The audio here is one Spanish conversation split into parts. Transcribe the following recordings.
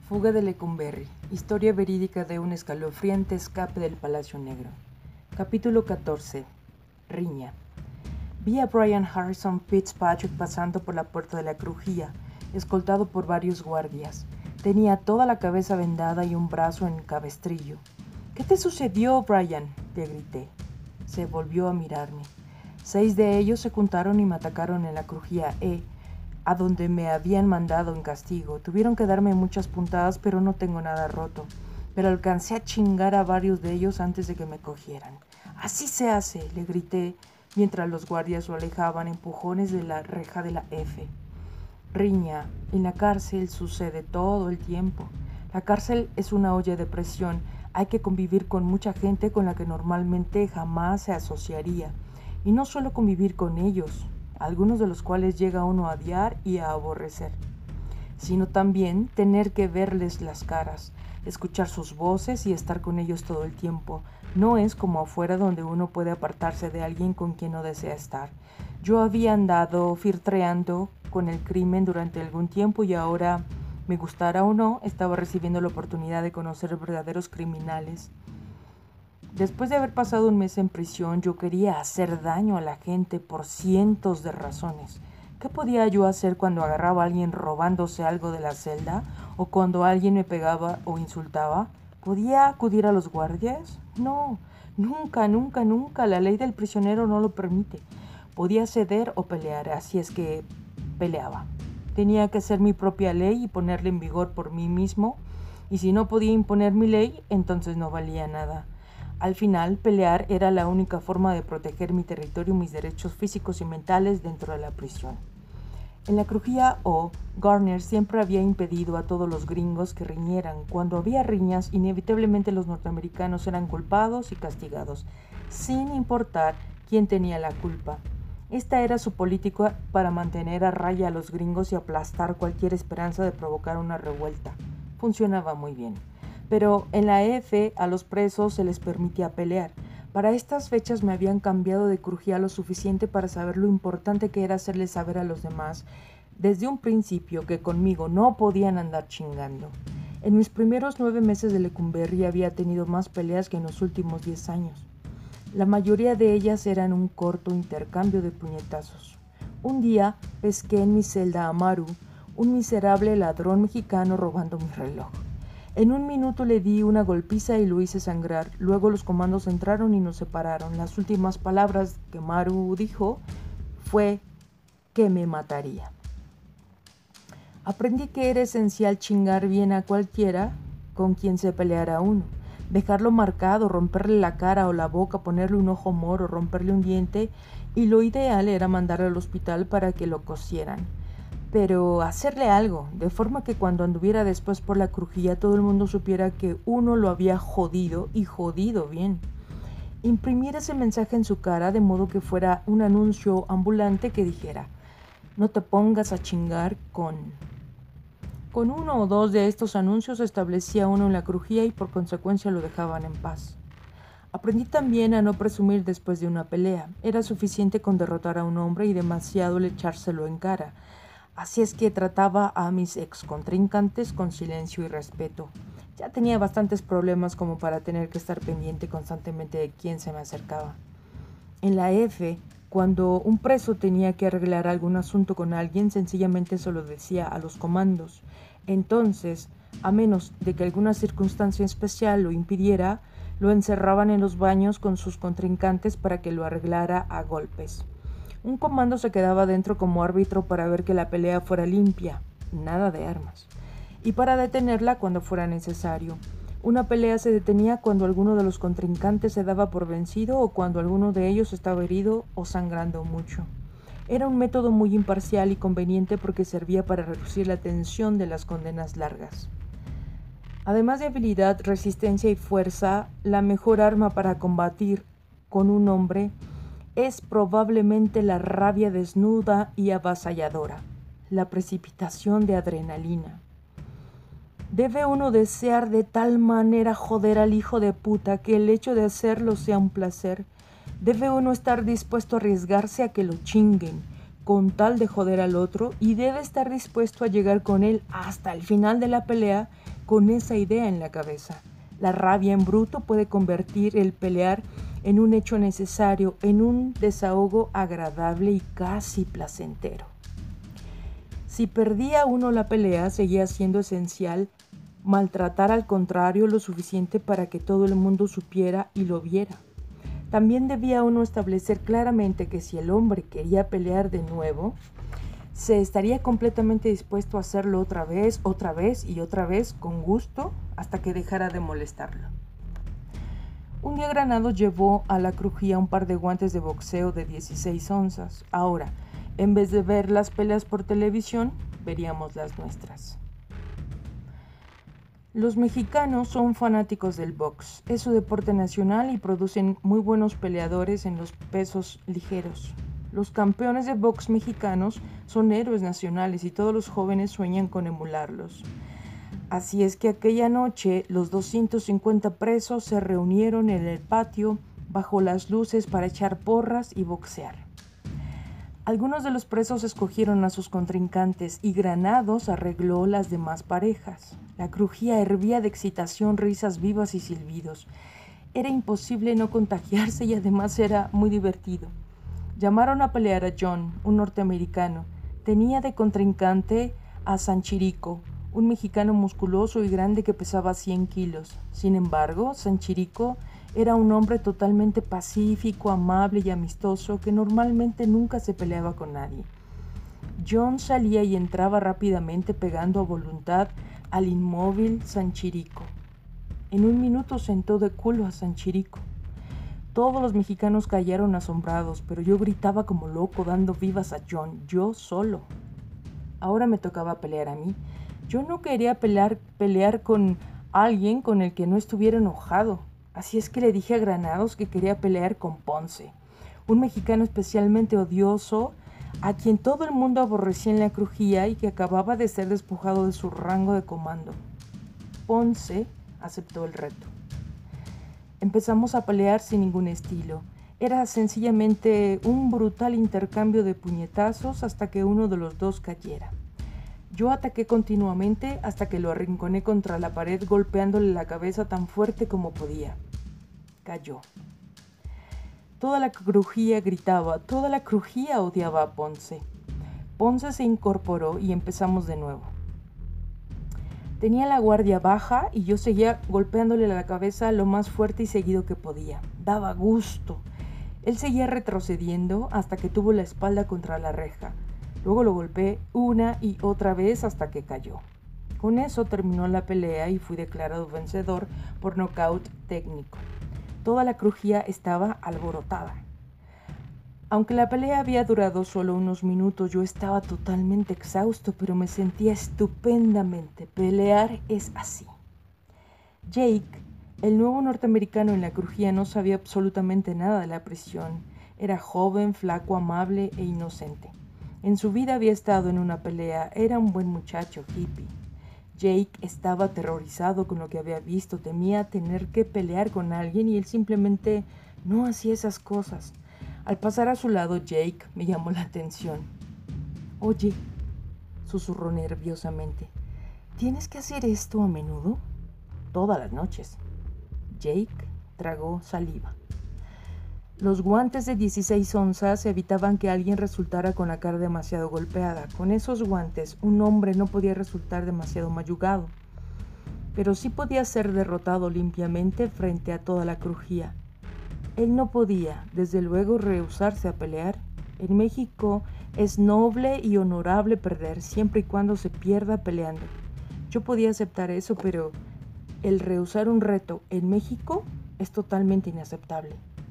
Fuga de Lecumberri. Historia verídica de un escalofriante escape del Palacio Negro. Capítulo 14. Riña. Vi a Brian Harrison Fitzpatrick pasando por la puerta de la crujía, escoltado por varios guardias. Tenía toda la cabeza vendada y un brazo en cabestrillo. «¿Qué te sucedió, Brian?», le grité. Se volvió a mirarme. 6 de ellos se juntaron y me atacaron en la crujía a donde me habían mandado en castigo. Tuvieron que darme muchas puntadas, pero no tengo nada roto. Pero alcancé a chingar a varios de ellos antes de que me cogieran. «¡Así se hace!», le grité, mientras los guardias lo alejaban empujones de la reja de la F. Riña. En la cárcel sucede todo el tiempo. La cárcel es una olla de presión. Hay que convivir con mucha gente con la que normalmente jamás se asociaría. Y no solo convivir con ellos, algunos de los cuales llega uno a odiar y a aborrecer, sino también tener que verles las caras, escuchar sus voces y estar con ellos todo el tiempo. No es como afuera, donde uno puede apartarse de alguien con quien no desea estar. Yo había andado filtreando con el crimen durante algún tiempo y ahora, me gustara o no, estaba recibiendo la oportunidad de conocer verdaderos criminales. Después de haber pasado un mes en prisión, yo quería hacer daño a la gente por cientos de razones. ¿Qué podía yo hacer cuando agarraba a alguien robándose algo de la celda? ¿O cuando alguien me pegaba o insultaba? ¿Podía acudir a los guardias? No, nunca, nunca, nunca. La ley del prisionero no lo permite. Podía ceder o pelear, así es que peleaba. Tenía que hacer mi propia ley y ponerla en vigor por mí mismo, y si no podía imponer mi ley, entonces no valía nada. Al final, pelear era la única forma de proteger mi territorio y mis derechos físicos y mentales dentro de la prisión. En la crujía Garner siempre había impedido a todos los gringos que riñeran. Cuando había riñas, inevitablemente los norteamericanos eran culpados y castigados, sin importar quién tenía la culpa. Esta era su política para mantener a raya a los gringos y aplastar cualquier esperanza de provocar una revuelta. Funcionaba muy bien. Pero en la F a los presos se les permitía pelear. Para estas fechas me habían cambiado de crujía lo suficiente para saber lo importante que era hacerles saber a los demás desde un principio que conmigo no podían andar chingando. En mis primeros 9 meses de Lecumberri había tenido más peleas que en los últimos 10 años. La mayoría de ellas eran un corto intercambio de puñetazos. Un día pesqué en mi celda a Maru, un miserable ladrón mexicano robando mi reloj. En un minuto le di una golpiza y lo hice sangrar. Luego los comandos entraron y nos separaron. Las últimas palabras que Maru dijo fue que me mataría. Aprendí que era esencial chingar bien a cualquiera con quien se peleara uno. Dejarlo marcado, romperle la cara o la boca, ponerle un ojo moro, romperle un diente, y lo ideal era mandarlo al hospital para que lo cosieran. Pero hacerle algo, de forma que cuando anduviera después por la crujía todo el mundo supiera que uno lo había jodido, y jodido bien. Imprimir ese mensaje en su cara de modo que fuera un anuncio ambulante que dijera: no te pongas a chingar con uno o 2 de estos anuncios establecía uno en la crujía y por consecuencia lo dejaban en paz. Aprendí también a no presumir después de una pelea. Era suficiente con derrotar a un hombre y demasiado el echárselo en cara. Así es que trataba a mis ex contrincantes con silencio y respeto. Ya tenía bastantes problemas como para tener que estar pendiente constantemente de quién se me acercaba. En la F, cuando un preso tenía que arreglar algún asunto con alguien, sencillamente se lo decía a los comandos. Entonces, a menos de que alguna circunstancia especial lo impidiera, lo encerraban en los baños con sus contrincantes para que lo arreglara a golpes. Un comando se quedaba dentro como árbitro para ver que la pelea fuera limpia, nada de armas, y para detenerla cuando fuera necesario. Una pelea se detenía cuando alguno de los contrincantes se daba por vencido o cuando alguno de ellos estaba herido o sangrando mucho. Era un método muy imparcial y conveniente porque servía para reducir la tensión de las condenas largas. Además de habilidad, resistencia y fuerza, la mejor arma para combatir con un hombre es probablemente la rabia desnuda y avasalladora, la precipitación de adrenalina. Debe uno desear de tal manera joder al hijo de puta que el hecho de hacerlo sea un placer. Debe uno estar dispuesto a arriesgarse a que lo chinguen, con tal de joder al otro, y debe estar dispuesto a llegar con él hasta el final de la pelea con esa idea en la cabeza. La rabia en bruto puede convertir el pelear en un hecho necesario, en un desahogo agradable y casi placentero. Si perdía uno la pelea, seguía siendo esencial maltratar al contrario lo suficiente para que todo el mundo supiera y lo viera. También debía uno establecer claramente que si el hombre quería pelear de nuevo, se estaría completamente dispuesto a hacerlo otra vez y otra vez con gusto hasta que dejara de molestarlo. Un día Granados llevó a la crujía un par de guantes de boxeo de 16 onzas. Ahora, en vez de ver las peleas por televisión, veríamos las nuestras. Los mexicanos son fanáticos del box. Es su deporte nacional y producen muy buenos peleadores en los pesos ligeros. Los campeones de box mexicanos son héroes nacionales y todos los jóvenes sueñan con emularlos. Así es que aquella noche los 250 presos se reunieron en el patio bajo las luces para echar porras y boxear. Algunos de los presos escogieron a sus contrincantes y Granados arregló las demás parejas. La crujía hervía de excitación, risas vivas y silbidos. Era imposible no contagiarse y además era muy divertido. Llamaron a pelear a John, un norteamericano. Tenía de contrincante a Sanchirico, un mexicano musculoso y grande que pesaba 100 kilos. Sin embargo, Sanchirico era un hombre totalmente pacífico, amable y amistoso que normalmente nunca se peleaba con nadie. John salía y entraba rápidamente pegando a voluntad al inmóvil Sanchirico. En un minuto sentó de culo a Sanchirico. Todos los mexicanos callaron asombrados, pero yo gritaba como loco dando vivas a John, yo solo. Ahora me tocaba pelear a mí. Yo no quería pelear con alguien con el que no estuviera enojado. Así es que le dije a Granados que quería pelear con Ponce, un mexicano especialmente odioso, a quien todo el mundo aborrecía en la crujía y que acababa de ser despojado de su rango de comando. Ponce aceptó el reto. Empezamos a pelear sin ningún estilo. Era sencillamente un brutal intercambio de puñetazos hasta que uno de los dos cayera. Yo ataqué continuamente hasta que lo arrinconé contra la pared golpeándole la cabeza tan fuerte como podía. Cayó. Toda la crujía gritaba, toda la crujía odiaba a Ponce. Ponce se incorporó y empezamos de nuevo. Tenía la guardia baja y yo seguía golpeándole la cabeza lo más fuerte y seguido que podía. Daba gusto. Él seguía retrocediendo hasta que tuvo la espalda contra la reja. Luego lo golpeé una y otra vez hasta que cayó. Con eso terminó la pelea y fui declarado vencedor por nocaut técnico. Toda la crujía estaba alborotada. Aunque la pelea había durado solo unos minutos, yo estaba totalmente exhausto, pero me sentía estupendamente. Pelear es así. Jake, el nuevo norteamericano en la crujía, no sabía absolutamente nada de la prisión. Era joven, flaco, amable e inocente. En su vida había estado en una pelea, era un buen muchacho, hippie. Jake estaba aterrorizado con lo que había visto, temía tener que pelear con alguien y él simplemente no hacía esas cosas. Al pasar a su lado, Jake me llamó la atención. «Oye», susurró nerviosamente, «¿tienes que hacer esto a menudo?» «Todas las noches». Jake tragó saliva. Los guantes de 16 onzas evitaban que alguien resultara con la cara demasiado golpeada. Con esos guantes, un hombre no podía resultar demasiado mayugado, pero sí podía ser derrotado limpiamente frente a toda la crujía. Él no podía, desde luego, rehusarse a pelear. En México es noble y honorable perder, siempre y cuando se pierda peleando. Yo podía aceptar eso, pero el rehusar un reto en México es totalmente inaceptable.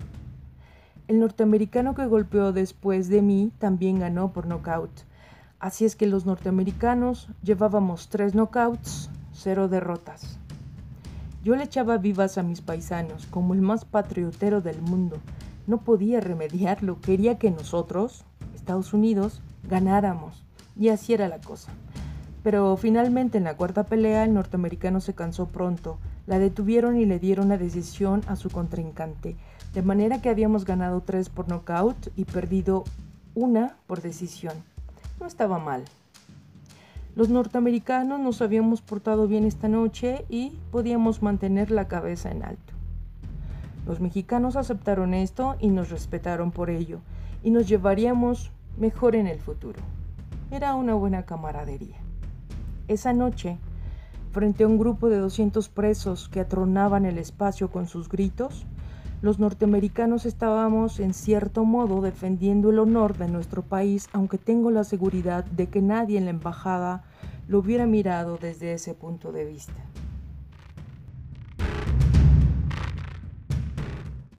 El norteamericano que golpeó después de mí también ganó por nocaut. Así es que los norteamericanos llevábamos 3 knockouts, 0 derrotas. Yo le echaba vivas a mis paisanos, como el más patriotero del mundo. No podía remediarlo, quería que nosotros, Estados Unidos, ganáramos. Y así era la cosa. Pero finalmente en la cuarta pelea el norteamericano se cansó pronto. La detuvieron y le dieron la decisión a su contrincante. De manera que habíamos ganado 3 por nocaut y perdido 1 por decisión. No estaba mal. Los norteamericanos nos habíamos portado bien esta noche y podíamos mantener la cabeza en alto. Los mexicanos aceptaron esto y nos respetaron por ello, y nos llevaríamos mejor en el futuro. Era una buena camaradería. Esa noche, frente a un grupo de 200 presos que atronaban el espacio con sus gritos, los norteamericanos estábamos en cierto modo defendiendo el honor de nuestro país, aunque tengo la seguridad de que nadie en la embajada lo hubiera mirado desde ese punto de vista.